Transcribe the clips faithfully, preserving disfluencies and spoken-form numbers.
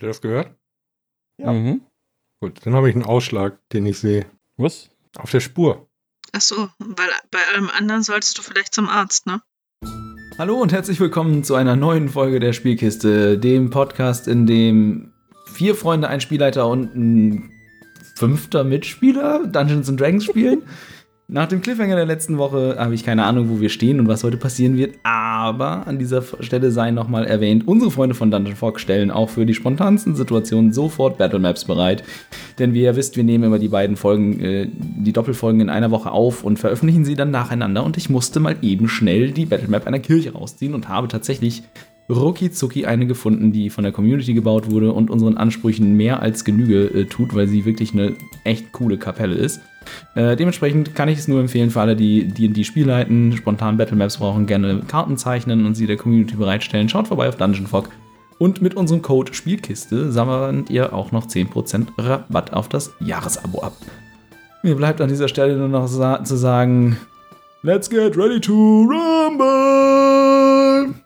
Habt ihr das gehört? Ja. Mhm. Gut, dann habe ich einen Ausschlag, den ich sehe. Was? Auf der Spur. Ach so, weil bei allem anderen solltest du vielleicht zum Arzt, ne? Hallo und herzlich willkommen zu einer neuen Folge der Spielkiste, dem Podcast, in dem vier Freunde, ein Spielleiter und ein fünfter Mitspieler Dungeons and Dragons spielen. Nach dem Cliffhanger der letzten Woche habe ich keine Ahnung, wo wir stehen und was heute passieren wird, aber an dieser Stelle sei nochmal erwähnt, unsere Freunde von Dungeon Fog stellen auch für die spontansten Situationen sofort Battlemaps bereit, denn wie ihr wisst, wir nehmen immer die beiden Folgen, äh, die Doppelfolgen in einer Woche auf und veröffentlichen sie dann nacheinander und ich musste mal eben schnell die Battlemap einer Kirche rausziehen und habe tatsächlich rucki zucki eine gefunden, die von der Community gebaut wurde und unseren Ansprüchen mehr als Genüge äh, tut, weil sie wirklich eine echt coole Kapelle ist. Äh, dementsprechend kann ich es nur empfehlen für alle, die D und D Spiel leiten, spontan Battlemaps brauchen, gerne Karten zeichnen und sie der Community bereitstellen. Schaut vorbei auf Dungeon Fog und mit unserem Code Spielkiste sammelt ihr auch noch zehn Prozent Rabatt auf das Jahresabo ab. Mir bleibt an dieser Stelle nur noch sa- zu sagen, let's get ready to rumble!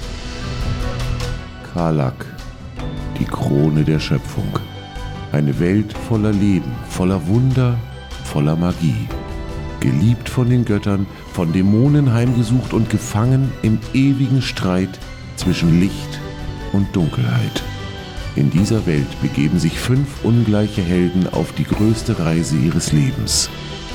Karlach, die Krone der Schöpfung. Eine Welt voller Leben, voller Wunder, voller Magie. Geliebt von den Göttern, von Dämonen heimgesucht und gefangen im ewigen Streit zwischen Licht und Dunkelheit. In dieser Welt begeben sich fünf ungleiche Helden auf die größte Reise ihres Lebens.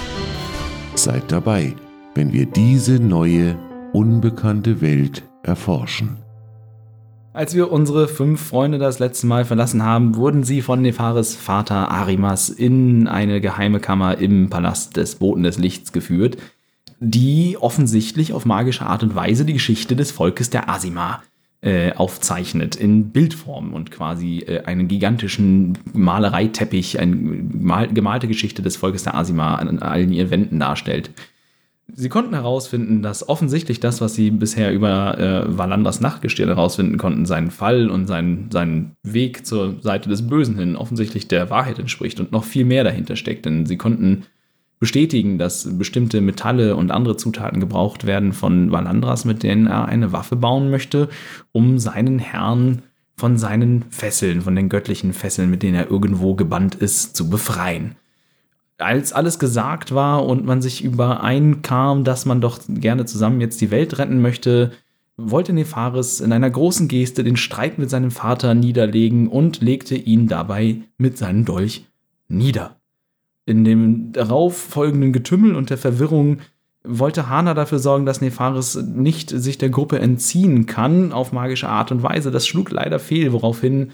Seid dabei, wenn wir diese neue, unbekannte Welt erforschen. Als wir unsere fünf Freunde das letzte Mal verlassen haben, wurden sie von Nefaris Vater Arimas in eine geheime Kammer im Palast des Boten des Lichts geführt, die offensichtlich auf magische Art und Weise die Geschichte des Volkes der Azima äh, aufzeichnet, in Bildform und quasi äh, einen gigantischen Malereiteppich, eine gemal- gemalte Geschichte des Volkes der Azima an allen ihren Wänden darstellt. Sie konnten herausfinden, dass offensichtlich das, was sie bisher über äh, Valandras Nachtgestirn herausfinden konnten, seinen Fall und seinen, seinen Weg zur Seite des Bösen hin, offensichtlich der Wahrheit entspricht und noch viel mehr dahinter steckt. Denn sie konnten bestätigen, dass bestimmte Metalle und andere Zutaten gebraucht werden von Valandras, mit denen er eine Waffe bauen möchte, um seinen Herrn von seinen Fesseln, von den göttlichen Fesseln, mit denen er irgendwo gebannt ist, zu befreien. Als alles gesagt war und man sich übereinkam, dass man doch gerne zusammen jetzt die Welt retten möchte, wollte Nefaris in einer großen Geste den Streit mit seinem Vater niederlegen und legte ihn dabei mit seinem Dolch nieder. In dem darauf folgenden Getümmel und der Verwirrung wollte Hana dafür sorgen, dass Nefaris nicht sich der Gruppe entziehen kann auf magische Art und Weise. Das schlug leider fehl, woraufhin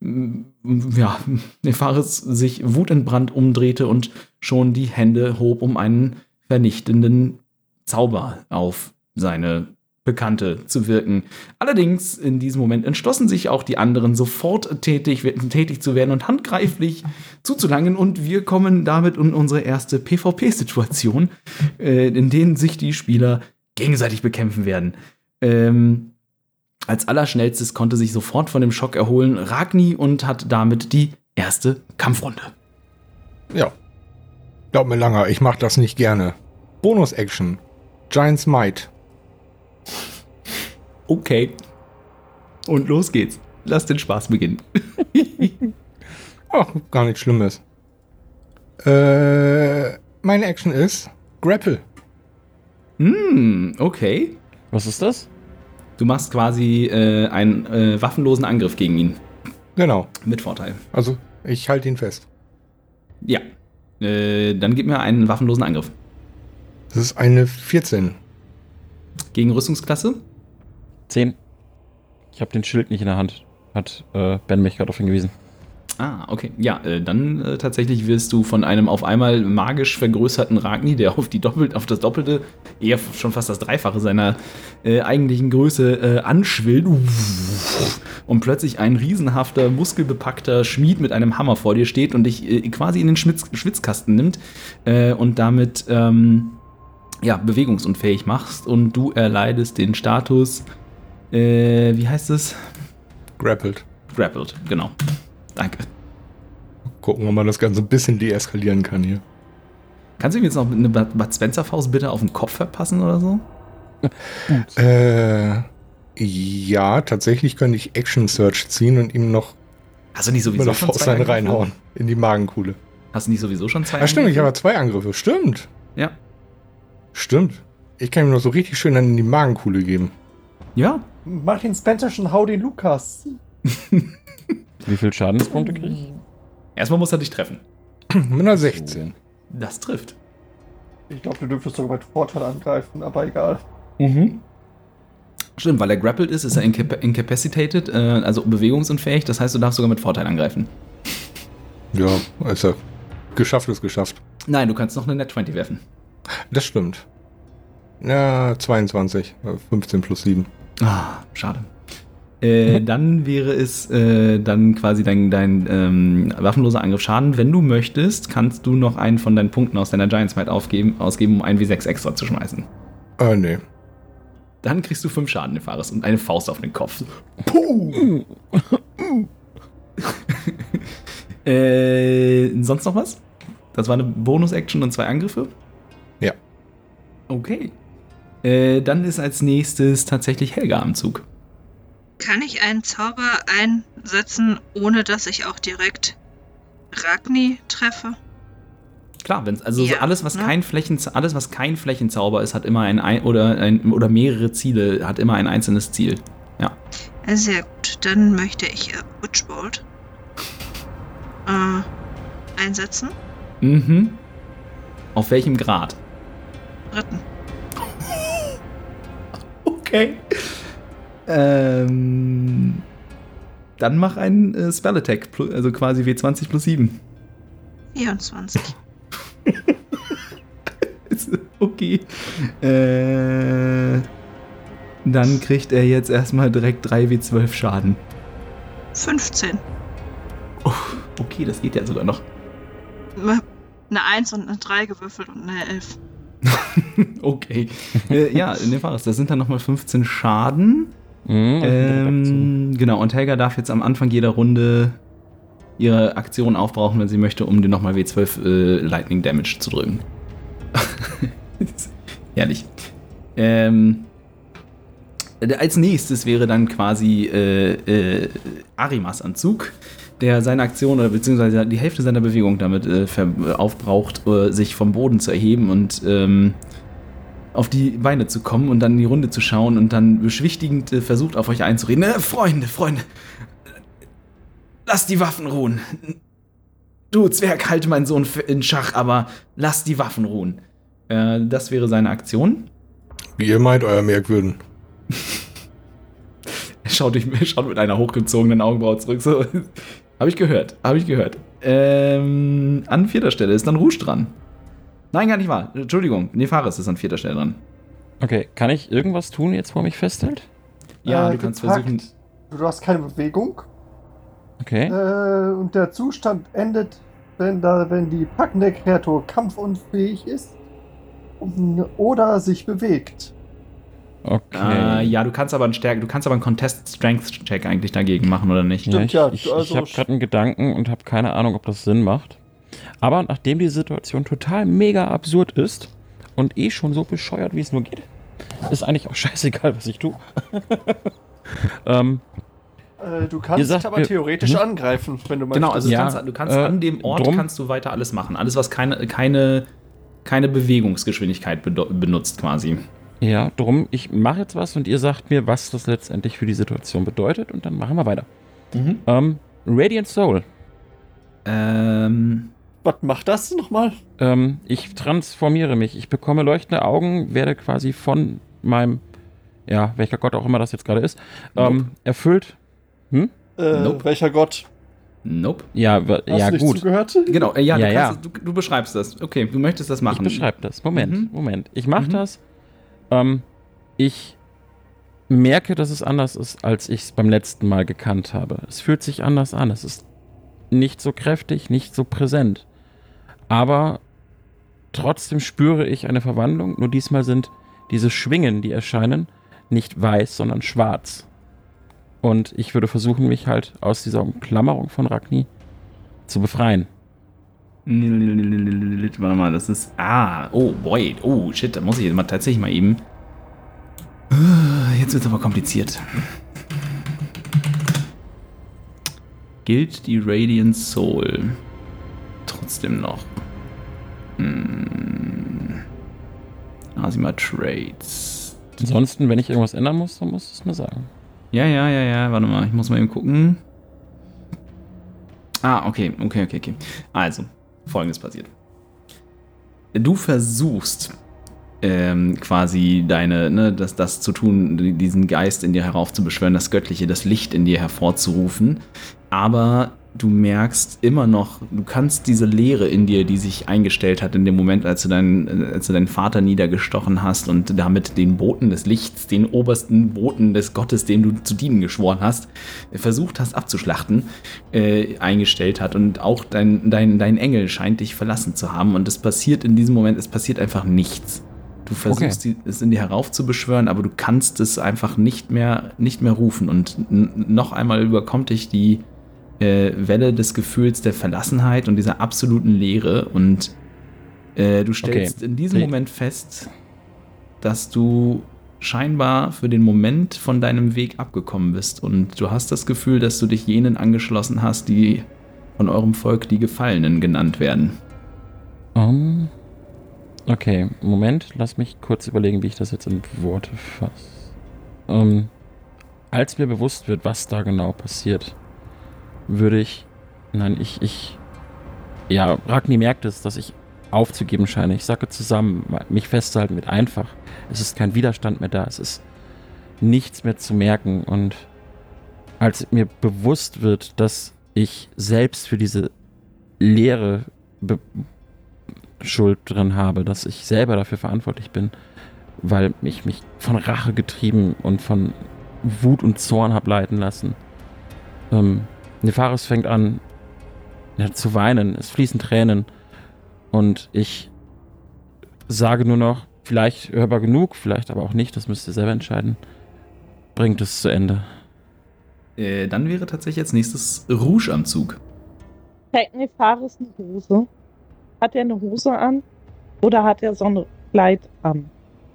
ja, Nefaris sich wutentbrannt umdrehte und schon die Hände hob, um einen vernichtenden Zauber auf seine Bekannte zu wirken. Allerdings in diesem Moment entschlossen sich auch die anderen sofort tätig, tätig zu werden und handgreiflich zuzulangen und wir kommen damit in unsere erste PvP-Situation, äh, in denen sich die Spieler gegenseitig bekämpfen werden. Ähm, Als allerschnellstes konnte sich sofort von dem Schock erholen Ragni und hat damit die erste Kampfrunde. Ja. Glaub mir, Langer, ich mach das nicht gerne. Bonus-Action. Giant's Might. Okay. Und los geht's. Lass den Spaß beginnen. Ach, gar nichts Schlimmes. Äh, meine Action ist Grapple. Hm, okay. Was ist das? Du machst quasi äh, einen äh, waffenlosen Angriff gegen ihn. Genau. Mit Vorteil. Also, ich halte ihn fest. Ja. Äh, dann gib mir einen waffenlosen Angriff. Das ist eine vierzehn. Gegen Rüstungsklasse? zehn. Ich habe den Schild nicht in der Hand. Hat äh, Ben mich gerade darauf hingewiesen. Ah, okay. Ja, äh, dann äh, tatsächlich wirst du von einem auf einmal magisch vergrößerten Ragni, der auf, die Doppel- auf das Doppelte, eher schon fast das Dreifache seiner äh, eigentlichen Größe äh, anschwillt und plötzlich ein riesenhafter, muskelbepackter Schmied mit einem Hammer vor dir steht und dich äh, quasi in den Schwitz- Schwitzkasten nimmt äh, und damit ähm, ja, bewegungsunfähig machst und du erleidest den Status, äh, wie heißt es? Grappled. Grappled, genau. Danke. Gucken, ob man das Ganze ein bisschen deeskalieren kann hier. Kannst du ihm jetzt noch eine Bud Spencer-Faust bitte auf den Kopf verpassen oder so? äh, ja, tatsächlich könnte ich Action Search ziehen und ihm noch Hast du nicht Mit sowieso der schon Faust zwei einen Angriffe? reinhauen. In die Magenkuhle. Hast du nicht sowieso schon zwei Ja, stimmt, ich Angriffe? habe zwei Angriffe. Stimmt. Ja. Stimmt. Ich kann ihm noch so richtig schön dann in die Magenkuhle geben. Ja. Mach den Spencer schon, hau den Lukas. Wie viel Schadenspunkte kriege ich? Erstmal muss er dich treffen. Mit einer sechzehn. Das trifft. Ich glaube, du dürftest sogar mit Vorteil angreifen, aber egal. Mhm. Stimmt, weil er grappled ist, ist er incap incapacitated, äh, also bewegungsunfähig. Das heißt, du darfst sogar mit Vorteil angreifen. Ja, also geschafft ist geschafft. Nein, du kannst noch eine Net zwanzig werfen. Das stimmt. Ja, zweiundzwanzig. fünfzehn plus sieben. Ah, schade. Äh, dann wäre es äh, dann quasi dein, dein ähm, waffenloser Angriff Schaden. Wenn du möchtest, kannst du noch einen von deinen Punkten aus deiner Giants Might aufgeben, ausgeben, um einen W sechs extra zu schmeißen. Äh, nee. Dann kriegst du fünf Schaden, Nefaris, und eine Faust auf den Kopf. Puh. äh, sonst noch was? Das war eine Bonus-Action und zwei Angriffe? Ja. Okay. Äh, dann ist als nächstes tatsächlich Helga am Zug. Kann ich einen Zauber einsetzen, ohne dass ich auch direkt Ragni treffe? Klar, wenn's, also Ja, so alles, was ne? kein Flächen, alles, was kein Flächenzauber ist, hat immer ein, ein oder ein oder mehrere Ziele, hat immer ein einzelnes Ziel. Ja. Sehr gut, dann möchte ich äh, Witchbolt äh, einsetzen. Mhm. Auf welchem Grad? Dritten. Okay. Ähm, dann mach einen äh, Spell Attack, plu- also quasi W zwanzig plus sieben. vierundzwanzig. Okay. Äh, dann kriegt er jetzt erstmal direkt drei W zwölf Schaden. fünfzehn. Oh, okay, das geht ja sogar noch. Eine eins und eine drei gewürfelt und eine elf. Okay. äh, ja, Nefaris, das sind dann nochmal fünfzehn Schaden. Mhm, Ähm, genau, und Helga darf jetzt am Anfang jeder Runde ihre Aktion aufbrauchen, wenn sie möchte, um dir nochmal W zwölf äh, Lightning Damage zu drücken. Herrlich. Ähm, als nächstes wäre dann quasi äh, äh, Arimas an Zug, der seine Aktion oder beziehungsweise die Hälfte seiner Bewegung damit äh, ver- aufbraucht, äh, sich vom Boden zu erheben und ähm, auf die Beine zu kommen und dann in die Runde zu schauen und dann beschwichtigend äh, versucht, auf euch einzureden. Äh, Freunde, Freunde, lasst die Waffen ruhen. Du, Zwerg, halte meinen Sohn in Schach, aber lass die Waffen ruhen. Äh, das wäre seine Aktion. Wie ihr meint, euer Merkwürden. Er schaut, dich, er schaut mit einer hochgezogenen Augenbraue zurück. So. Habe ich gehört, habe ich gehört. Ähm, an vierter Stelle ist dann Rouge dran. Nein, gar nicht wahr. Entschuldigung, Nefaris ist an vierter Stelle dran. Okay, kann ich irgendwas tun jetzt, wo er mich festhält? Ja, Äh, du kannst gepackt. versuchen. Du hast keine Bewegung. Okay. Äh, und der Zustand endet, wenn, da, wenn die packende Kreatur kampfunfähig ist oder sich bewegt. Okay. Äh, ja, du kannst aber einen Stärke, du kannst aber einen Contest-Strength-Check eigentlich dagegen machen, oder nicht? Stimmt, ja, ja, ich, ich, also- ich habe gerade einen Gedanken und habe keine Ahnung, ob das Sinn macht. Aber nachdem die Situation total mega absurd ist und eh schon so bescheuert, wie es nur geht, ist eigentlich auch scheißegal, was ich tue. ähm, Äh, du Ihr kannst sagt, aber wir- theoretisch Hm? angreifen, wenn du Genau, möchtest. also Ja, du kannst, du kannst äh, an dem Ort drum- kannst du weiter alles machen. Alles, was keine, keine, keine Bewegungsgeschwindigkeit bedo- benutzt quasi. ja, drum, ich mache jetzt was und ihr sagt mir, was das letztendlich für die Situation bedeutet und dann machen wir weiter. Ähm, Radiant Soul. Ähm, Was macht das nochmal? Ähm, ich transformiere mich. Ich bekomme leuchtende Augen, werde quasi von meinem, ja, welcher Gott auch immer das jetzt gerade ist, ähm, Nope. erfüllt. Hm? Äh, Nope. Welcher Gott? nope. Ja, wa- Hast ja du nicht gut. zugehört? Genau, äh, ja, Ja, du, ja. kannst, Du, du beschreibst das. Okay, du möchtest das Ich machen. beschreibe das. Moment, Mhm. Moment. Ich mache Mhm. das. Ähm, ich merke, dass es anders ist, als ich es beim letzten Mal gekannt habe. Es fühlt sich anders an. Es ist nicht so kräftig, nicht so präsent. Aber trotzdem spüre ich eine Verwandlung. Nur diesmal sind diese Schwingen, die erscheinen, nicht weiß, sondern schwarz. Und ich würde versuchen, mich halt aus dieser Umklammerung von Ragni zu befreien. Warte mal, das ist. Ah, oh, wait, oh, shit, da muss ich jetzt mal tatsächlich mal eben. Jetzt wird es aber kompliziert. gilt die Radiant Soul trotzdem noch. Hm. Asima Trades. Ansonsten, wenn ich irgendwas ändern muss, dann musst du es mir sagen. Ja, ja, ja, ja, warte mal, ich muss mal eben gucken. Ah, okay, okay, okay, okay. Also, Folgendes passiert. Du versuchst ähm, quasi deine, ne, das, das zu tun, diesen Geist in dir heraufzubeschwören, das Göttliche, das Licht in dir hervorzurufen, aber du merkst immer noch, du kannst diese Leere in dir, die sich eingestellt hat in dem Moment, als du deinen, als du deinen Vater niedergestochen hast und damit den Boten des Lichts, den obersten Boten des Gottes, dem du zu dienen geschworen hast, versucht hast abzuschlachten, äh, eingestellt hat. Und auch dein, dein, dein Engel scheint dich verlassen zu haben. Und es passiert in diesem Moment, es passiert einfach nichts. Du versuchst okay. es in dir heraufzubeschwören, aber du kannst es einfach nicht mehr, nicht mehr rufen. Und n- noch einmal überkommt dich die Welle des Gefühls der Verlassenheit und dieser absoluten Leere und äh, du stellst okay. in diesem nee. Moment fest, dass du scheinbar für den Moment von deinem Weg abgekommen bist und du hast das Gefühl, dass du dich jenen angeschlossen hast, die von eurem Volk die Gefallenen genannt werden. Um, okay, Moment, lass mich kurz überlegen, wie ich das jetzt in Worte fasse. Um, als mir bewusst wird, was da genau passiert, würde ich, nein, ich, ich, ja, Ragni merkt es, dass ich aufzugeben scheine. Ich sacke zusammen, mich festzuhalten mit einfach. Es ist kein Widerstand mehr da, es ist nichts mehr zu merken. Und als mir bewusst wird, dass ich selbst für diese Leere Be- Schuld drin habe, dass ich selber dafür verantwortlich bin, weil ich mich von Rache getrieben und von Wut und Zorn habe leiten lassen. Ähm, Nefaris fängt an ja, zu weinen, es fließen Tränen und ich sage nur noch, vielleicht hörbar genug, vielleicht aber auch nicht, das müsst ihr selber entscheiden. Bringt es zu Ende. Äh, dann wäre tatsächlich als nächstes Rouge am Zug. Trägt Nefaris eine Hose? Hat er eine Hose an? Oder hat er so ein Kleid an?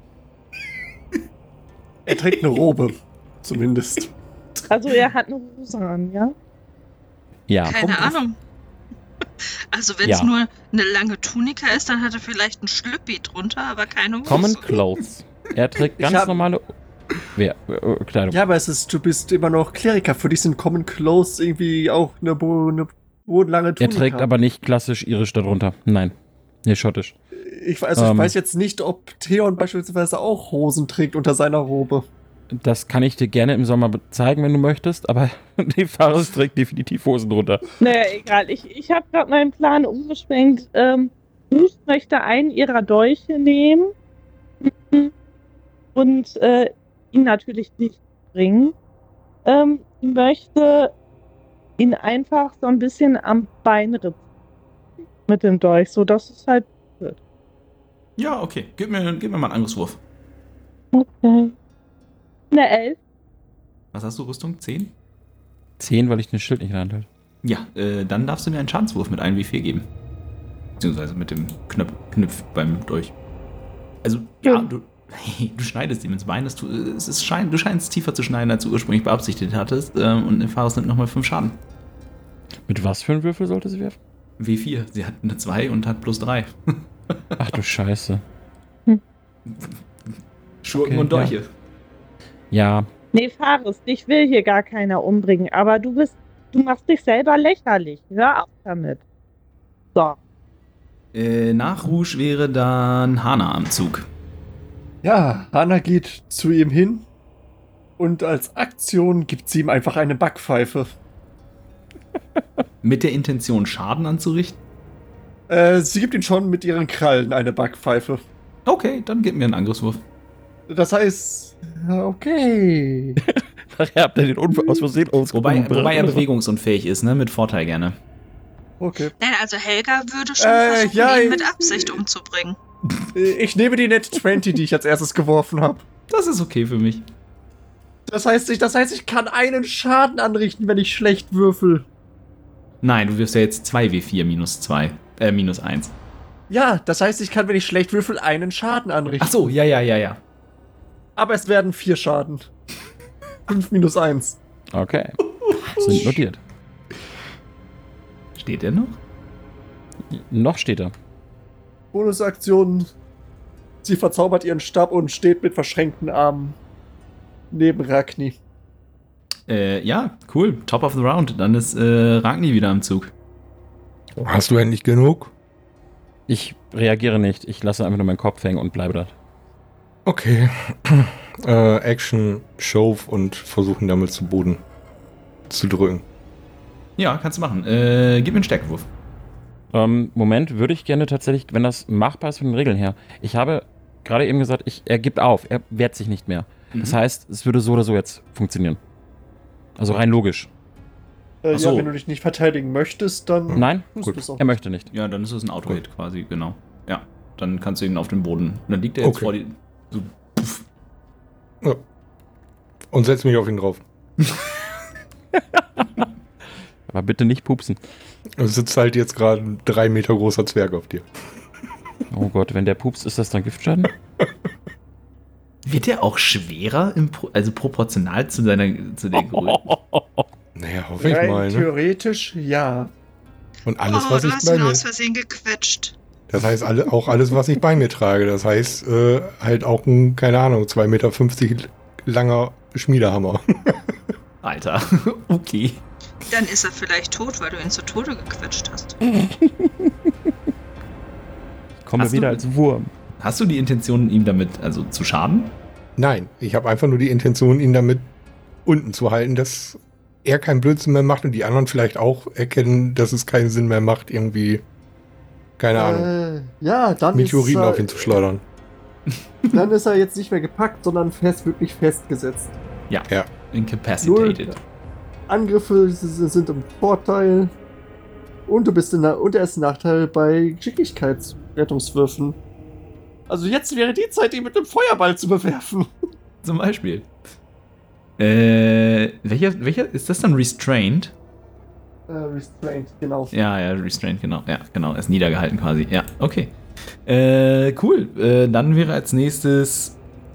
Er trägt eine Robe, zumindest. Also er hat eine Hose an, ja? Ja. Keine Ahnung. Also wenn es ja. nur eine lange Tunika ist, dann hat er vielleicht ein Schlüppi drunter, aber keine Hose. Common Clothes. Er trägt ganz hab, normale Wehr, äh, Kleidung. Ja, aber es ist, du bist immer noch Kleriker. Für dich sind Common Clothes irgendwie auch eine, eine bodenlange Tunika. Er trägt aber nicht klassisch irisch darunter. Nein. Nee, schottisch. Ich, also ähm, ich weiß jetzt nicht, ob Theon beispielsweise auch Hosen trägt unter seiner Robe. Das kann ich dir gerne im Sommer zeigen, wenn du möchtest, aber Nefaris trägt definitiv Hosen drunter. Naja, egal. Ich, ich habe gerade meinen Plan umgeschwenkt. Ähm, Rouge möchte einen ihrer Dolche nehmen und äh, ihn natürlich nicht bringen. Ähm, ich möchte ihn einfach so ein bisschen am Bein ritzen mit dem Dolch, sodass es halt wird. Ja, okay. Gib mir, gib mir mal einen Angriffswurf. Okay. Eine elf. Was hast du, Rüstung? zehn? zehn, weil ich den Schild nicht in der Hand halte. Ja, äh, dann darfst du mir einen Schadenswurf mit einem W vier geben. Beziehungsweise mit dem Knöpf, Knüpf beim Dolch. Also, ja, ja du, du schneidest ihm ins Bein. Das, du, es ist schein, du scheinst tiefer zu schneiden, als du ursprünglich beabsichtigt hattest. Ähm, und Nefaris nimmt nochmal fünf Schaden. Mit was für einem Würfel sollte sie werfen? W vier. Sie hat eine zwei und hat plus drei. Ach du Scheiße. Hm. Schurken okay, und Dolche. Ja. Ja. Nefaris, dich will hier gar keiner umbringen, aber du bist, du machst dich selber lächerlich. Hör auf damit. So. Äh, nach Rouge wäre dann Hana am Zug. Ja, Hana geht zu ihm hin und als Aktion gibt sie ihm einfach eine Backpfeife. Mit der Intention, Schaden anzurichten? Äh, sie gibt ihm schon mit ihren Krallen eine Backpfeife. Okay, dann gib mir einen Angriffswurf. Das heißt, okay. Nachher habt ihr den Unfall aus Versehen Wobei, wobei er bewegungsunfähig ist, ne? Mit Vorteil gerne. Okay. Nein, also Helga würde schon äh, versuchen, ja, ihn mit Absicht umzubringen. Ich nehme die Net zwanzig, die ich als erstes geworfen habe. Das ist okay für mich. Das heißt, ich, das heißt, ich kann einen Schaden anrichten, wenn ich schlecht würfel. Nein, du wirfst ja jetzt zwei W vier minus zwei. Äh, minus eins. Ja, das heißt, ich kann, wenn ich schlecht würfel, einen Schaden anrichten. Ach so, ja, ja, ja, ja. Aber es werden vier Schaden. fünf minus eins. Okay. Sind notiert. Steht er noch? Noch steht er. Bonusaktion. Sie verzaubert ihren Stab und steht mit verschränkten Armen neben Ragni. Äh, ja, cool. Top of the round. Dann ist äh, Ragni wieder am Zug. Hast du endlich genug? Ich reagiere nicht. Ich lasse einfach nur meinen Kopf hängen und bleibe da. Okay. äh, Action, Shove und versuchen damit zu Boden zu drücken. Ja, kannst du machen. Äh, gib mir einen Stärkewurf. Ähm, Moment, würde ich gerne tatsächlich, wenn das machbar ist von den Regeln her. Ich habe gerade eben gesagt, ich, er gibt auf. Er wehrt sich nicht mehr. Mhm. Das heißt, es würde so oder so jetzt funktionieren. Also rein logisch. Äh, Ach so. Ja, wenn du dich nicht verteidigen möchtest, dann Nein? tust Gut. du es auch. Er möchte nicht. Ja, dann ist es ein Auto-Hit quasi, genau. Ja, dann kannst du ihn auf den Boden. Und dann liegt er jetzt Okay. vor dir. So, puff. Ja. Und setz mich auf ihn drauf. Aber bitte nicht pupsen. Es sitzt halt jetzt gerade ein drei Meter großer Zwerg auf dir. Oh Gott, wenn der pupst, ist das dann Giftschaden? Wird er auch schwerer, im Pro also proportional zu seiner zu der Größe? Naja, hoffe ich Rein mal. Ne? theoretisch, ja. Und alles, oh, was du ich hast bei ihn mir... aus Versehen gequetscht. Das heißt, alle, auch alles, was ich bei mir trage. Das heißt, äh, halt auch ein, keine Ahnung, zwei Meter fünfzig langer Schmiedehammer. Alter, okay. Dann ist er vielleicht tot, weil du ihn zu Tode gequetscht hast. Ich komme Hast wieder du- als Wurm. Hast du die Intention, ihm damit also zu schaden? Nein, ich habe einfach nur die Intention, ihn damit unten zu halten, dass er keinen Blödsinn mehr macht und die anderen vielleicht auch erkennen, dass es keinen Sinn mehr macht, irgendwie, keine Ahnung, Äh, ja, dann Meteoriten ist, er, auf ihn zu schleudern. dann ist er jetzt nicht mehr gepackt, sondern fest, wirklich festgesetzt. Incapacitated. Angriffe s- s- sind im Vorteil. Und du bist in der, und er ist ein Nachteil bei Geschicklichkeitsrettungswürfen. Also jetzt wäre die Zeit, ihn mit dem Feuerball zu bewerfen. Zum Beispiel. Äh, welcher, welcher, ist das dann Restrained? Äh, restrained, genau. Ja, ja, Restrained, genau. Ja, genau, er ist niedergehalten quasi. Ja, okay. Äh, cool. Äh, dann wäre als nächstes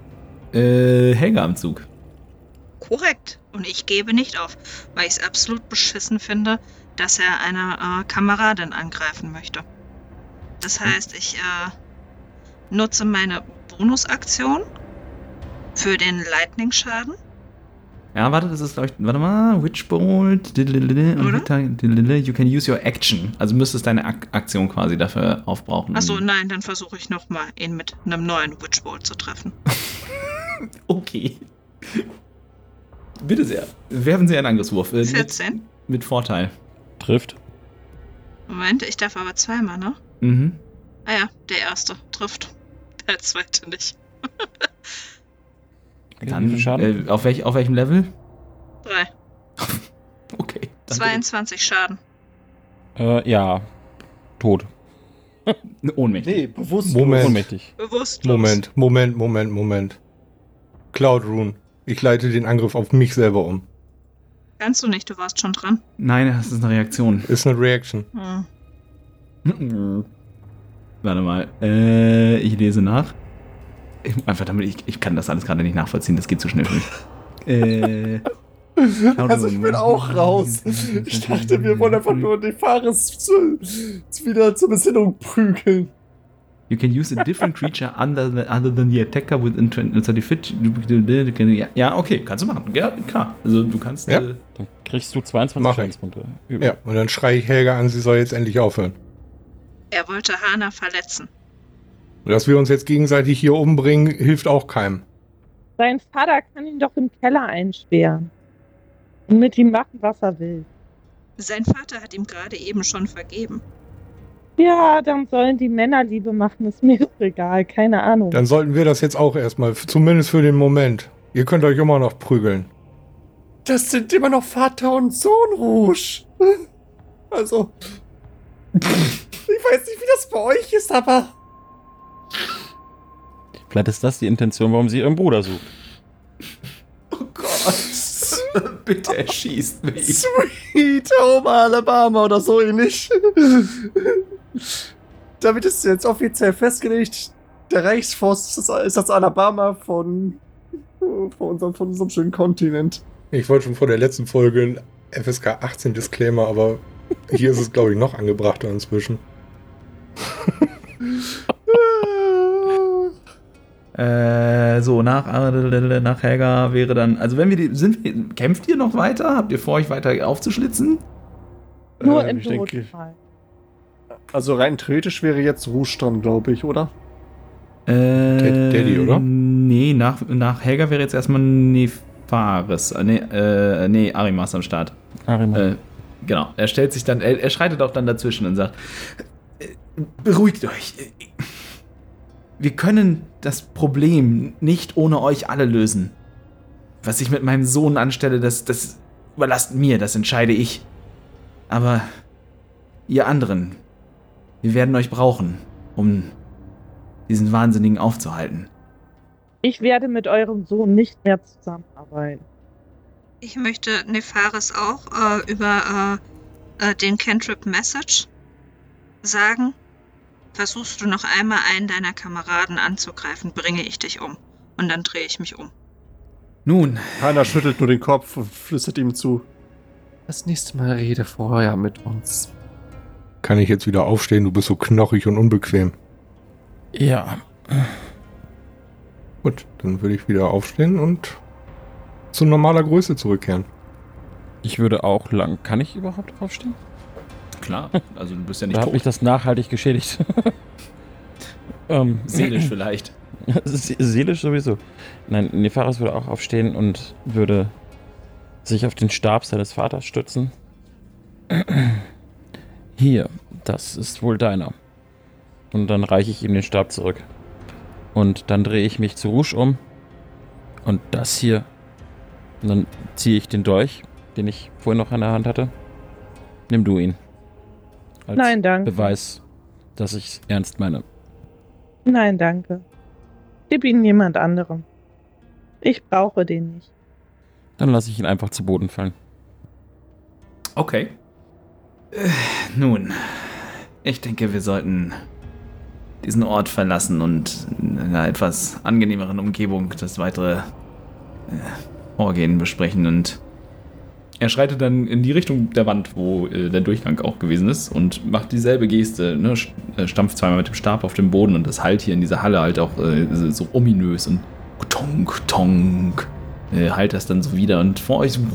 äh, Helga am Zug. Korrekt. Und ich gebe nicht auf, weil ich es absolut beschissen finde, dass er eine äh, Kameradin angreifen möchte. Das heißt, ich äh, nutze meine Bonusaktion für den Lightning-Schaden. Ja, warte, das ist, glaube ich, warte mal, Witchbolt, Oder? you can use your action. Also müsstest deine Ak Aktion quasi dafür aufbrauchen. Achso, nein, dann versuche ich nochmal, ihn mit einem neuen Witchbolt zu treffen. Okay. Bitte sehr. Werfen Sie einen Angriffswurf. Äh, mit, vierzehn. mit Vorteil. Trifft. Moment, ich darf aber zweimal, ne? Mhm. Ah ja, der erste trifft. Der zweite nicht. Okay, wie Dann, viel Schaden? äh, auf, welch, auf welchem Level? Drei. Okay. dann zweiundzwanzig Schaden. Äh, ja. Tot. bitte. Ohnmächtig. Nee, bewusst. Moment. Ohnmächtig. Bewusstlos. Moment, Moment, Moment, Moment. Cloud Rune. Ich leite den Angriff auf mich selber um. Kannst du nicht, du warst schon dran. Nein, das ist eine Reaktion. Ist eine Reaction. Hm. Warte mal. Äh, ich lese nach. Ich, einfach damit, ich, ich kann das alles gerade nicht nachvollziehen, das geht zu schnell für mich. äh, Also ich bin auch raus. Ich dachte, wir wollen einfach nur den Fares zu, zu wieder zur Besinnung prügeln. You can use a different creature other than, other than the attacker within thirty feet. Ja, ja, okay, kannst du machen. Ja, klar. Also du kannst. Ja. Äh, Dann kriegst du zweiundzwanzig Mach ich. Schadenspunkte. Ja, und dann schreie ich Helga an, sie soll jetzt endlich aufhören. Er wollte Hana verletzen. Und dass wir uns jetzt gegenseitig hier umbringen, hilft auch keinem. Sein Vater kann ihn doch im Keller einsperren. Und mit ihm machen, was er will. Sein Vater hat ihm gerade eben schon vergeben. Ja, dann sollen die Männer Liebe machen, ist mir doch egal, keine Ahnung. Dann sollten wir das jetzt auch erstmal, f- zumindest für den Moment. Ihr könnt euch immer noch prügeln. Das sind immer noch Vater und Sohn, Rouge. Also, ich weiß nicht, wie das bei euch ist, aber Vielleicht ist das die Intention, warum sie ihren Bruder sucht. oh Gott. Bitte erschießt mich. Sweet Home Alabama oder so ähnlich. Damit ist jetzt offiziell festgelegt, der Reichsforst ist das, ist das Alabama von, von, unserem, von unserem schönen Kontinent. Ich wollte schon vor der letzten Folge ein F S K achtzehn Disclaimer, aber Hier ist es, glaube ich, noch angebrachter inzwischen. Äh, so, nach, nach Helga wäre dann, also wenn wir die, sind wir, kämpft ihr noch weiter? Habt ihr vor, euch weiter aufzuschlitzen? Nur Ähm, im ich denke, Notfall. also rein theoretisch wäre jetzt Rouge dran, glaube ich, oder? Äh, Daddy, oder? Nee, nach, nach Helga wäre jetzt erstmal Nefaris, äh, nee, äh, nee, Arimas am Start. Arimas. Äh, genau, er stellt sich dann, er, er schreitet auch dann dazwischen und sagt, äh, beruhigt euch. Wir können das Problem nicht ohne euch alle lösen. Was ich mit meinem Sohn anstelle, das, das überlasst mir, das entscheide ich. Aber ihr anderen, wir werden euch brauchen, um diesen Wahnsinnigen aufzuhalten. Ich werde mit eurem Sohn nicht mehr zusammenarbeiten. Ich möchte Nefaris auch äh, über äh, äh, den Cantrip Message sagen. Versuchst du noch einmal einen deiner Kameraden anzugreifen, bringe ich dich um. Und dann drehe ich mich um. Nun, Hanna schüttelt nur den Kopf und flüstert ihm zu. Das nächste Mal rede vorher mit uns. Kann ich jetzt wieder aufstehen? Du bist so knochig und unbequem. Ja. Gut, dann würde ich wieder aufstehen und zu normaler Größe zurückkehren. Ich würde auch lang. Kann ich überhaupt aufstehen? klar, also du bist ja nicht Da hat tot. mich das nachhaltig geschädigt. ähm, Seelisch vielleicht. Se- Seelisch sowieso. Nein, Nefaris würde auch aufstehen und würde sich auf den Stab seines Vaters stützen. Hier, das ist wohl deiner. Und dann reiche ich ihm den Stab zurück. Und dann drehe ich mich zu Rouge um. Und das hier. Und dann ziehe ich den Dolch, den ich vorhin noch in der Hand hatte. Nimm du ihn. Als Nein, danke. Beweis, dass ich es ernst meine. Nein, danke. Gib ihn jemand anderem. Ich brauche den nicht. Dann lasse ich ihn einfach zu Boden fallen. Okay. Äh, nun, ich denke, wir sollten diesen Ort verlassen und in einer etwas angenehmeren Umgebung das weitere äh, Vorgehen besprechen. Und er schreitet dann in die Richtung der Wand, wo äh, der Durchgang auch gewesen ist, und macht dieselbe Geste, ne? Stampft zweimal mit dem Stab auf den Boden, und das halt hier in dieser Halle halt auch äh, so ominös und tonk, tonk, äh, halt das dann so wieder, und vor euch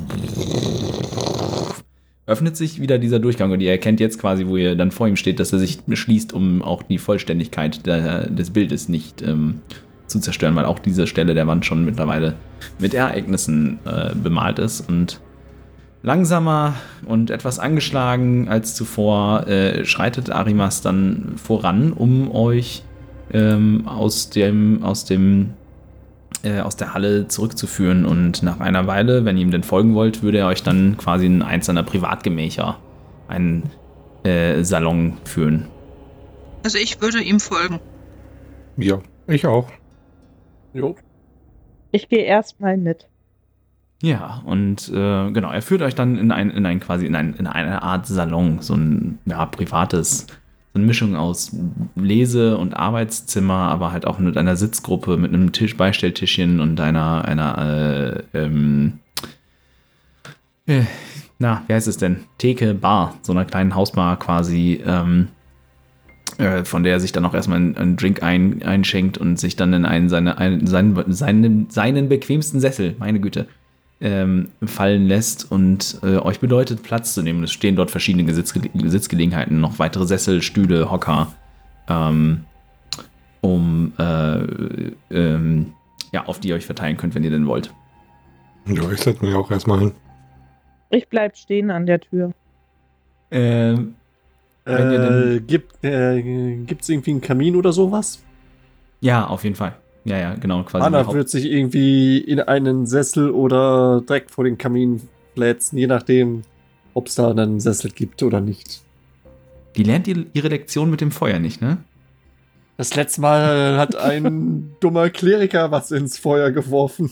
öffnet sich wieder dieser Durchgang, und ihr erkennt jetzt quasi, wo ihr dann vor ihm steht, dass er sich schließt, um auch die Vollständigkeit der, des Bildes nicht ähm, zu zerstören, weil auch diese Stelle der Wand schon mittlerweile mit Ereignissen äh, bemalt ist. Und langsamer und etwas angeschlagen als zuvor äh, schreitet Arimas dann voran, um euch ähm, aus dem, aus dem äh, aus der Halle zurückzuführen, und nach einer Weile, wenn ihr ihm denn folgen wollt, würde er euch dann quasi in eins seiner Privatgemächer, einen äh, Salon führen. Also ich würde ihm folgen. Ja, ich auch. Jo. Ich gehe erstmal mit. Ja, und äh, genau, er führt euch dann in ein, in ein quasi in, ein, in eine Art Salon, so ein ja, privates, so eine Mischung aus Lese- und Arbeitszimmer, aber halt auch mit einer Sitzgruppe, mit einem Tisch, Beistelltischchen und einer, einer, äh, ähm, äh, na, wie heißt es denn? Theke, Bar, so einer kleinen Hausbar quasi, ähm, äh, von der er sich dann auch erstmal einen, einen Drink ein, einschenkt und sich dann in einen seine, einen, seinen, seinen, seinen bequemsten Sessel, meine Güte, Ähm, fallen lässt und äh, euch bedeutet, Platz zu nehmen. Es stehen dort verschiedene Sitzge- Sitzgelegenheiten, noch weitere Sessel, Stühle, Hocker, ähm, um äh, ähm, ja, auf die ihr euch verteilen könnt, wenn ihr denn wollt. Ja, ich setze mich auch erstmal hin. Ich bleib stehen an der Tür. Ähm, Wenn ihr denn- Äh, gibt äh, gibt's irgendwie einen Kamin oder sowas? ja, auf jeden Fall. Ja, ja, genau. Quasi Anna die Haupt- wird sich irgendwie in einen Sessel oder direkt vor den Kamin fläzen, je nachdem, ob es da einen Sessel gibt oder nicht. die lernt ihr, ihre Lektion mit dem Feuer nicht, ne? Das letzte Mal hat ein dummer Kleriker was ins Feuer geworfen.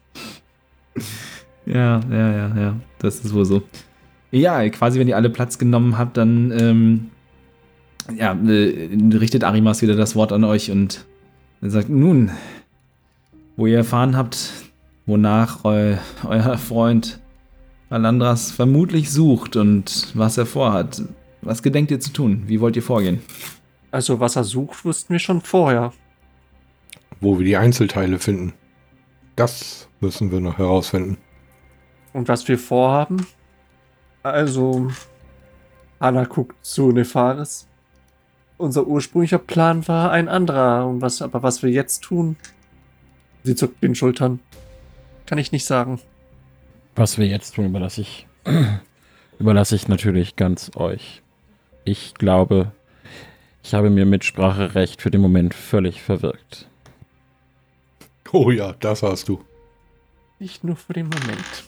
Ja, ja, ja, ja. Das ist wohl so. Ja, quasi, wenn ihr alle Platz genommen habt, dann ähm, ja, äh, richtet Arimas wieder das Wort an euch und er sagt, nun, wo ihr erfahren habt, wonach eu, euer Freund Valandras vermutlich sucht und was er vorhat. Was gedenkt ihr zu tun? Wie wollt ihr vorgehen? Also, was er sucht, wussten wir schon vorher. Wo wir die Einzelteile finden. Das müssen wir noch herausfinden. Und was wir vorhaben? Also, Anna guckt zu Nefaris. Unser ursprünglicher Plan war ein anderer. Und was, aber was wir jetzt tun, sie zuckt den Schultern. Kann ich nicht sagen. Was wir jetzt tun, überlasse ich, überlasse ich natürlich ganz euch. Ich glaube, ich habe mir Mitspracherecht für den Moment völlig verwirkt. Oh ja, das hast du. Nicht nur für den Moment.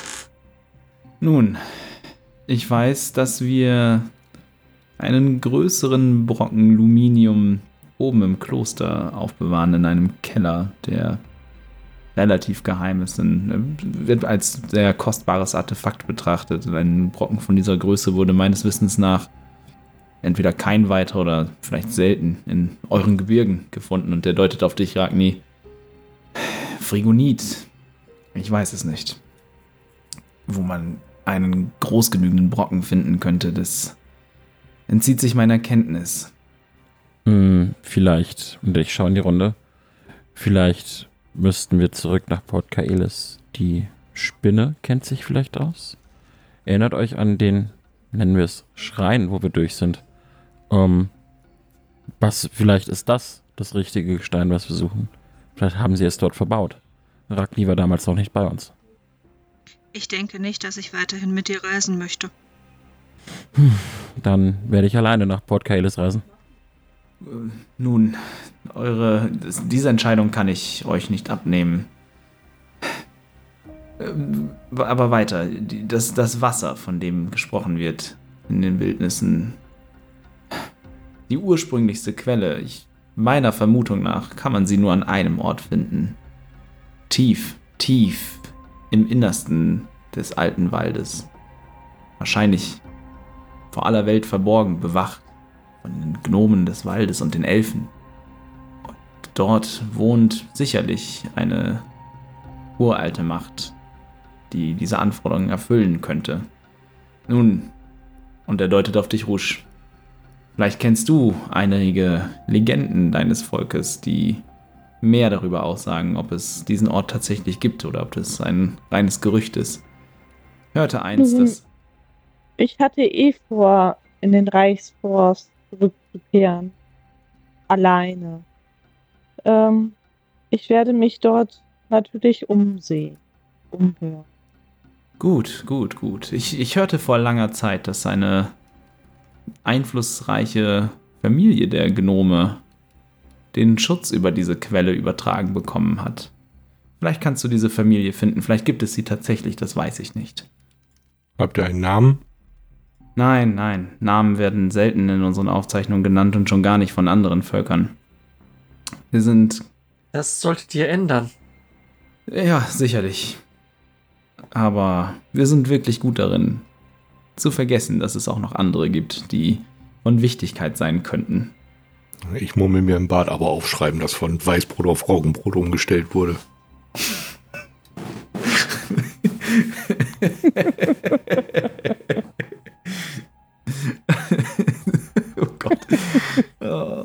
Nun, ich weiß, dass wir einen größeren Brocken Luminium oben im Kloster aufbewahren, in einem Keller, der relativ geheim ist. Und wird als sehr kostbares Artefakt betrachtet. Ein Brocken von dieser Größe wurde meines Wissens nach entweder kein weiter oder vielleicht selten in euren Gebirgen gefunden. Und der deutet auf dich, Ragni. Frigonit. Ich weiß es nicht. Wo man einen groß genügenden Brocken finden könnte, das entzieht sich meiner Kenntnis. Hm, vielleicht, und ich schaue in die Runde, vielleicht müssten wir zurück nach Port Kaelis. Die Spinne kennt sich vielleicht aus. Erinnert euch an den, nennen wir es, Schrein, wo wir durch sind. Um, was, vielleicht ist das das richtige Gestein, was wir suchen. Vielleicht haben sie es dort verbaut. Ragni war damals noch nicht bei uns. Ich denke nicht, dass ich weiterhin mit dir reisen möchte. Hm, dann werde ich alleine nach Port Kaelis reisen. Nun, eure, diese Entscheidung kann ich euch nicht abnehmen. Aber weiter, das, das Wasser, von dem gesprochen wird in den Wildnissen, die ursprünglichste Quelle, ich, meiner Vermutung nach, kann man sie nur an einem Ort finden. Tief, tief im Innersten des alten Waldes. Wahrscheinlich vor aller Welt verborgen, bewacht von den Gnomen des Waldes und den Elfen. Und dort wohnt sicherlich eine uralte Macht, die diese Anforderungen erfüllen könnte. Nun, und er deutet auf dich, Rouge. Vielleicht kennst du einige Legenden deines Volkes, die mehr darüber aussagen, ob es diesen Ort tatsächlich gibt oder ob das ein reines Gerücht ist. Hörte eins, Mhm. dass... Ich hatte eh vor, in den Reichsforst zurückzukehren. Alleine. Ähm, ich werde mich dort natürlich umsehen. Umhören. Gut, gut, gut. Ich, ich hörte vor langer Zeit, dass eine einflussreiche Familie der Gnome den Schutz über diese Quelle übertragen bekommen hat. Vielleicht kannst du diese Familie finden. Vielleicht gibt es sie tatsächlich, das weiß ich nicht. Habt ihr einen Namen? Nein, nein. Namen werden selten in unseren Aufzeichnungen genannt und schon gar nicht von anderen Völkern. Wir sind... Das solltet ihr ändern. Ja, sicherlich. Aber wir sind wirklich gut darin, zu vergessen, dass es auch noch andere gibt, die von Wichtigkeit sein könnten. Ich murmel mir im Bad aber aufschreiben, dass von Weißbrot auf Roggenbrot umgestellt wurde. Oh Gott. Oh.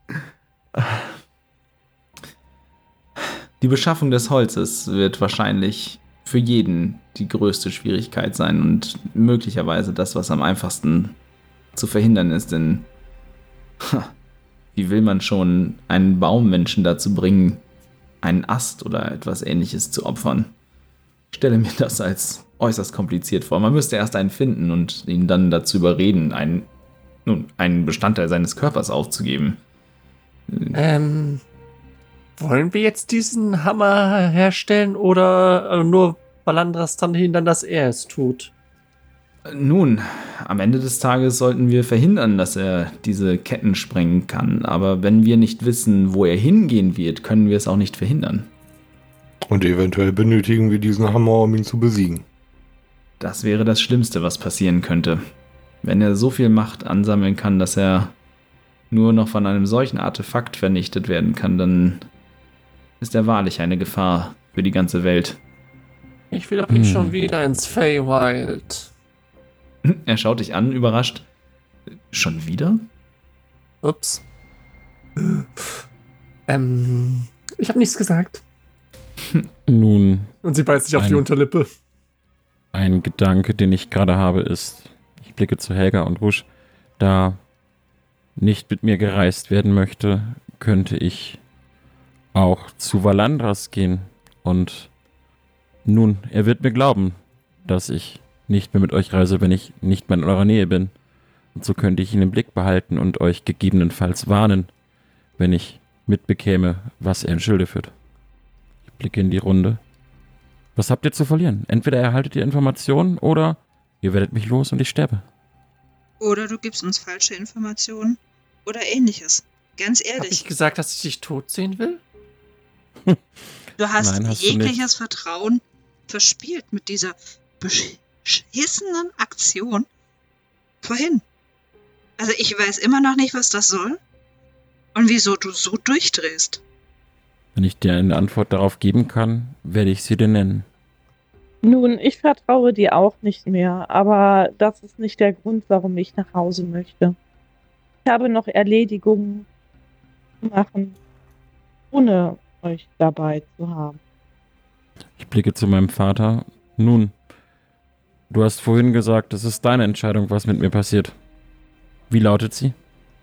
Die Beschaffung des Holzes wird wahrscheinlich für jeden die größte Schwierigkeit sein und möglicherweise das, was am einfachsten zu verhindern ist, denn wie will man schon einen Baummenschen dazu bringen, einen Ast oder etwas Ähnliches zu opfern? Ich stelle mir das als äußerst kompliziert vor. Man müsste erst einen finden und ihn dann dazu überreden, einen, nun, einen Bestandteil seines Körpers aufzugeben. Ähm, wollen wir jetzt diesen Hammer herstellen oder nur Valandras dann hindern, dass er es tut? Nun, am Ende des Tages sollten wir verhindern, dass er diese Ketten sprengen kann. Aber wenn wir nicht wissen, wo er hingehen wird, können wir es auch nicht verhindern. Und eventuell benötigen wir diesen Hammer, um ihn zu besiegen. Das wäre das Schlimmste, was passieren könnte. Wenn er so viel Macht ansammeln kann, dass er nur noch von einem solchen Artefakt vernichtet werden kann, dann ist er wahrlich eine Gefahr für die ganze Welt. Ich will doch nicht Hm. schon wieder ins Feywild. Er schaut dich an, überrascht. Schon wieder? Ups. Ähm, ich habe nichts gesagt. Nun, Und sie beißt sich auf die Ein- Unterlippe. ein Gedanke, den ich gerade habe, ist, ich blicke zu Helga und Rusch, da nicht mit mir gereist werden möchte, könnte ich auch zu Valandras gehen. Und nun, er wird mir glauben, dass ich nicht mehr mit euch reise, wenn ich nicht mehr in eurer Nähe bin. Und so könnte ich ihn im Blick behalten und euch gegebenenfalls warnen, wenn ich mitbekäme, was er in Schilde führt. Ich blicke in die Runde. Was habt ihr zu verlieren? Entweder erhaltet ihr Informationen oder ihr werdet mich los und ich sterbe. Oder du gibst uns falsche Informationen oder ähnliches. Ganz Habe ehrlich, ich gesagt, dass ich dich tot sehen will? du hast, Nein, hast du jegliches Vertrauen verspielt mit dieser beschissenen Aktion vorhin. Also ich weiß immer noch nicht, was das soll und wieso du so durchdrehst. Wenn ich dir eine Antwort darauf geben kann, werde ich sie dir nennen. Nun, ich vertraue dir auch nicht mehr, aber das ist nicht der Grund, warum ich nach Hause möchte. Ich habe noch Erledigungen zu machen, ohne euch dabei zu haben. Ich blicke zu meinem Vater. Nun, du hast vorhin gesagt, es ist deine Entscheidung, was mit mir passiert. Wie lautet sie?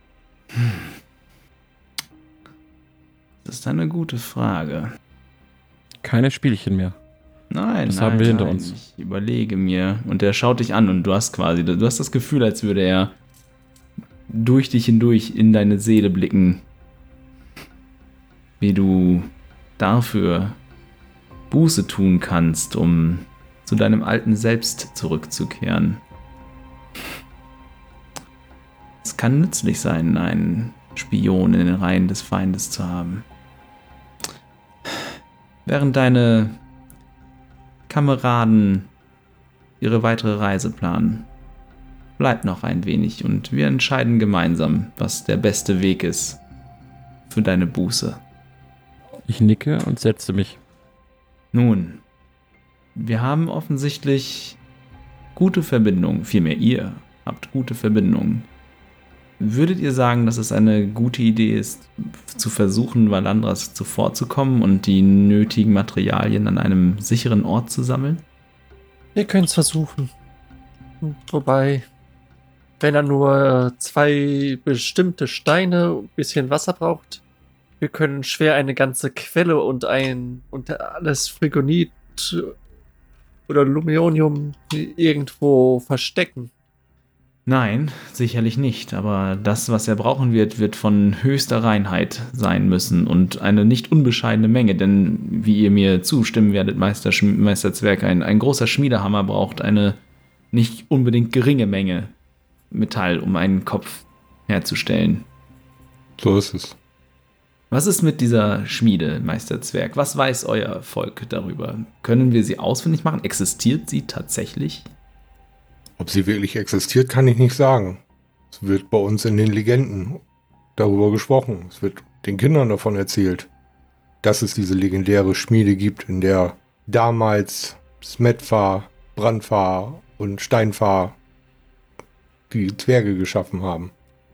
Das ist eine gute Frage. Keine Spielchen mehr. Nein, Das nein, haben wir hinter nein. uns. Ich überlege mir. Und er schaut dich an und du hast quasi, du hast das Gefühl, als würde er durch dich hindurch in deine Seele blicken. Wie du dafür Buße tun kannst, um zu deinem alten Selbst zurückzukehren. Es kann nützlich sein, einen Spion in den Reihen des Feindes zu haben. Während deine Kameraden ihre weitere Reise planen, bleib noch ein wenig und wir entscheiden gemeinsam, was der beste Weg ist für deine Buße. Ich nicke und setze mich. Nun, wir haben offensichtlich gute Verbindungen, vielmehr ihr habt gute Verbindungen. Würdet ihr sagen, dass es eine gute Idee ist, zu versuchen, Valandras zuvorzukommen und die nötigen Materialien an einem sicheren Ort zu sammeln? Wir können es versuchen. Wobei, wenn er nur zwei bestimmte Steine, ein bisschen Wasser braucht, wir können schwer eine ganze Quelle und ein und alles Frigonit oder Luminium irgendwo verstecken. Nein, sicherlich nicht, aber das, was er brauchen wird, wird von höchster Reinheit sein müssen und eine nicht unbescheidene Menge, denn wie ihr mir zustimmen werdet, Meister, Schm- Meister Zwerg, ein, ein großer Schmiedehammer braucht eine nicht unbedingt geringe Menge Metall, um einen Kopf herzustellen. So ist es. Was ist mit dieser Schmiede, Meister Zwerg? Was weiß euer Volk darüber? Können wir sie ausfindig machen? Existiert sie tatsächlich? Ob sie wirklich existiert, kann ich nicht sagen. Es wird bei uns in den Legenden darüber gesprochen. Es wird den Kindern davon erzählt, dass es diese legendäre Schmiede gibt, in der damals Smetfa, Brandfa und Steinfa die Zwerge geschaffen haben.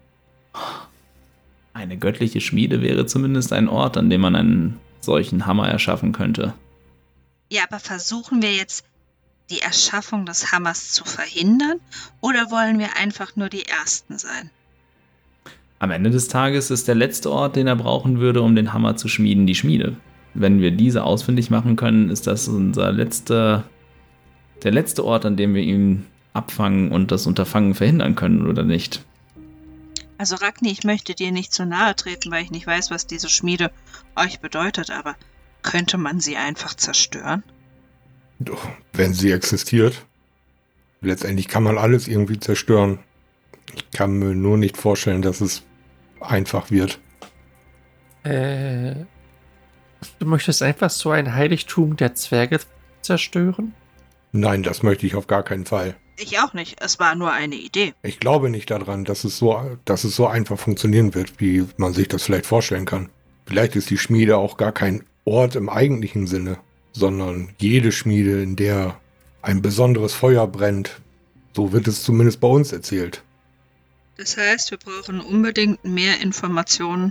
Eine göttliche Schmiede wäre zumindest ein Ort, an dem man einen solchen Hammer erschaffen könnte. Ja, aber versuchen wir jetzt die Erschaffung des Hammers zu verhindern oder wollen wir einfach nur die Ersten sein? Am Ende des Tages ist der letzte Ort, den er brauchen würde, um den Hammer zu schmieden, die Schmiede. Wenn wir diese ausfindig machen können, ist das unser letzter, der letzte Ort, an dem wir ihn abfangen und das Unterfangen verhindern können, oder nicht? Also Ragni, ich möchte dir nicht zu nahe treten, weil ich nicht weiß, was diese Schmiede euch bedeutet, aber könnte man sie einfach zerstören? Doch, wenn sie existiert. Letztendlich kann man alles irgendwie zerstören. Ich kann mir nur nicht vorstellen, dass es einfach wird. Äh, du möchtest einfach so ein Heiligtum der Zwerge zerstören? Nein, das möchte ich auf gar keinen Fall. Ich auch nicht. Es war nur eine Idee. Ich glaube nicht daran, dass es so, dass es so einfach funktionieren wird, wie man sich das vielleicht vorstellen kann. Vielleicht ist die Schmiede auch gar kein Ort im eigentlichen Sinne, sondern jede Schmiede, in der ein besonderes Feuer brennt. So wird es zumindest bei uns erzählt. Das heißt, wir brauchen unbedingt mehr Informationen,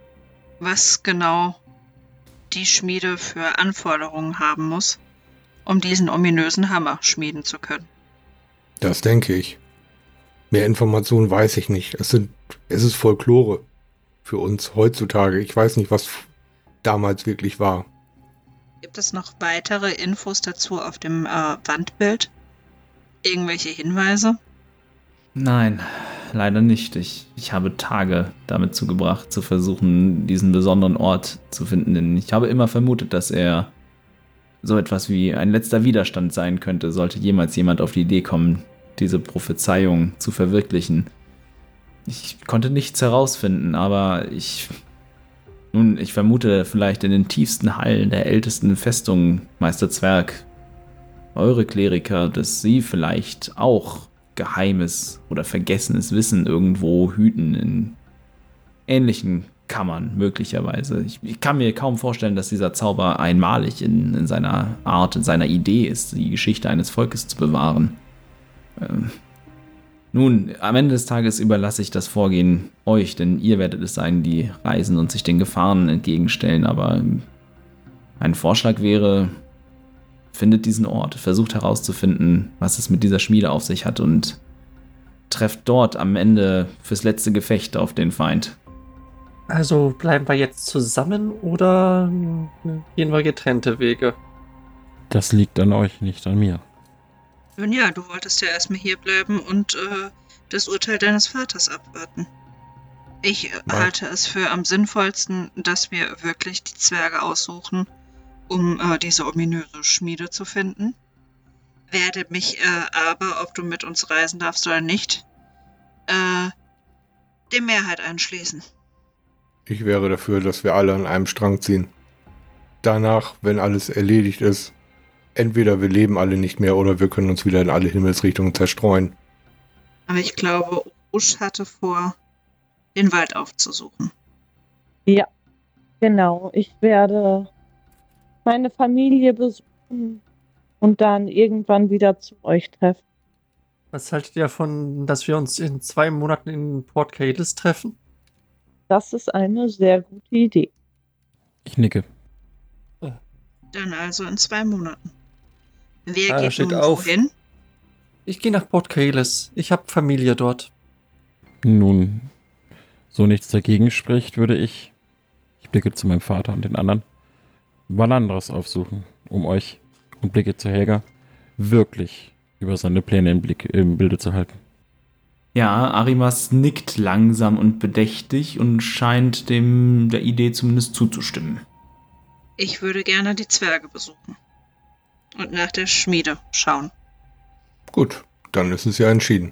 was genau die Schmiede für Anforderungen haben muss, um diesen ominösen Hammer schmieden zu können. Das denke ich. Mehr Informationen weiß ich nicht. Es sind, es ist Folklore für uns heutzutage. Ich weiß nicht, was damals wirklich war. Gibt es noch weitere Infos dazu auf dem äh, Wandbild? Irgendwelche Hinweise? Nein, leider nicht. Ich, ich habe Tage damit zugebracht, zu versuchen, diesen besonderen Ort zu finden. Denn ich habe immer vermutet, dass er so etwas wie ein letzter Widerstand sein könnte, sollte jemals jemand auf die Idee kommen, diese Prophezeiung zu verwirklichen. Ich konnte nichts herausfinden, aber ich... Nun, ich vermute vielleicht in den tiefsten Hallen der ältesten Festung, Meister Zwerg, eure Kleriker, dass sie vielleicht auch geheimes oder vergessenes Wissen irgendwo hüten in ähnlichen Kammern, möglicherweise. Ich, ich kann mir kaum vorstellen, dass dieser Zauber einmalig in, in seiner Art, in seiner Idee ist, die Geschichte eines Volkes zu bewahren. Ähm, nun, am Ende des Tages überlasse ich das Vorgehen euch, denn ihr werdet es sein, die reisen und sich den Gefahren entgegenstellen, aber ein Vorschlag wäre, findet diesen Ort, versucht herauszufinden, was es mit dieser Schmiede auf sich hat und trefft dort am Ende fürs letzte Gefecht auf den Feind. Also bleiben wir jetzt zusammen oder gehen wir getrennte Wege? Das liegt an euch, nicht an mir. Nun ja, du wolltest ja erstmal hier bleiben und äh, das Urteil deines Vaters abwarten. Ich äh, halte es für am sinnvollsten, dass wir wirklich die Zwerge aussuchen, um äh, diese ominöse Schmiede zu finden. Werde mich äh, aber, ob du mit uns reisen darfst oder nicht, äh, der Mehrheit anschließen. Ich wäre dafür, dass wir alle an einem Strang ziehen. Danach, wenn alles erledigt ist, entweder wir leben alle nicht mehr oder wir können uns wieder in alle Himmelsrichtungen zerstreuen. Aber ich glaube, Rouge hatte vor, den Wald aufzusuchen. Ja, genau. Ich werde meine Familie besuchen und dann irgendwann wieder zu euch treffen. Was haltet ihr davon, dass wir uns in zwei Monaten in Port Kalis treffen? Das ist eine sehr gute Idee. Ich nicke. Dann also in zwei Monaten. Wer Ah, geht steht nun auf. wohin? Ich gehe nach Port Kalis. Ich habe Familie dort. Nun, so nichts dagegen spricht, würde ich, ich blicke zu meinem Vater und den anderen, Valandras aufsuchen, um euch, und blicke zu Helga, wirklich über seine Pläne im Blick, im Bilde zu halten. Ja, Arimas nickt langsam und bedächtig und scheint dem der Idee zumindest zuzustimmen. Ich würde gerne die Zwerge besuchen. Und nach der Schmiede schauen. Gut, dann ist es ja entschieden.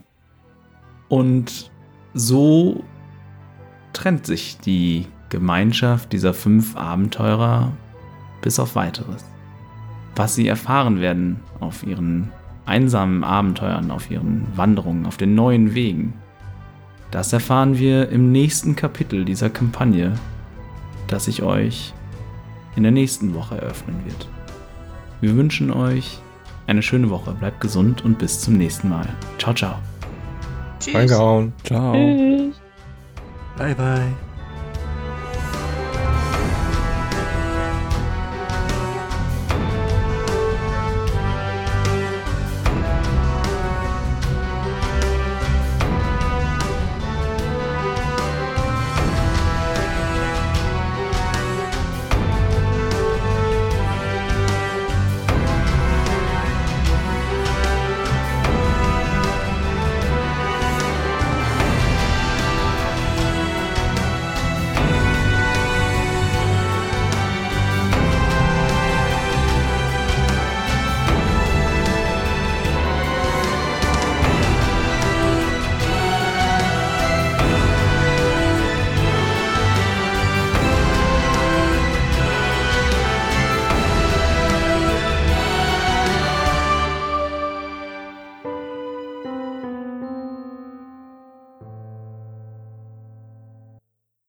Und so trennt sich die Gemeinschaft dieser fünf Abenteurer bis auf Weiteres. Was sie erfahren werden auf ihren einsamen Abenteuern, auf ihren Wanderungen, auf den neuen Wegen, das erfahren wir im nächsten Kapitel dieser Kampagne, das ich euch in der nächsten Woche eröffnen wird. Wir wünschen euch eine schöne Woche, bleibt gesund und bis zum nächsten Mal. Ciao, ciao. Tschüss. Reingehauen. Ciao. Tschüss. Bye, bye.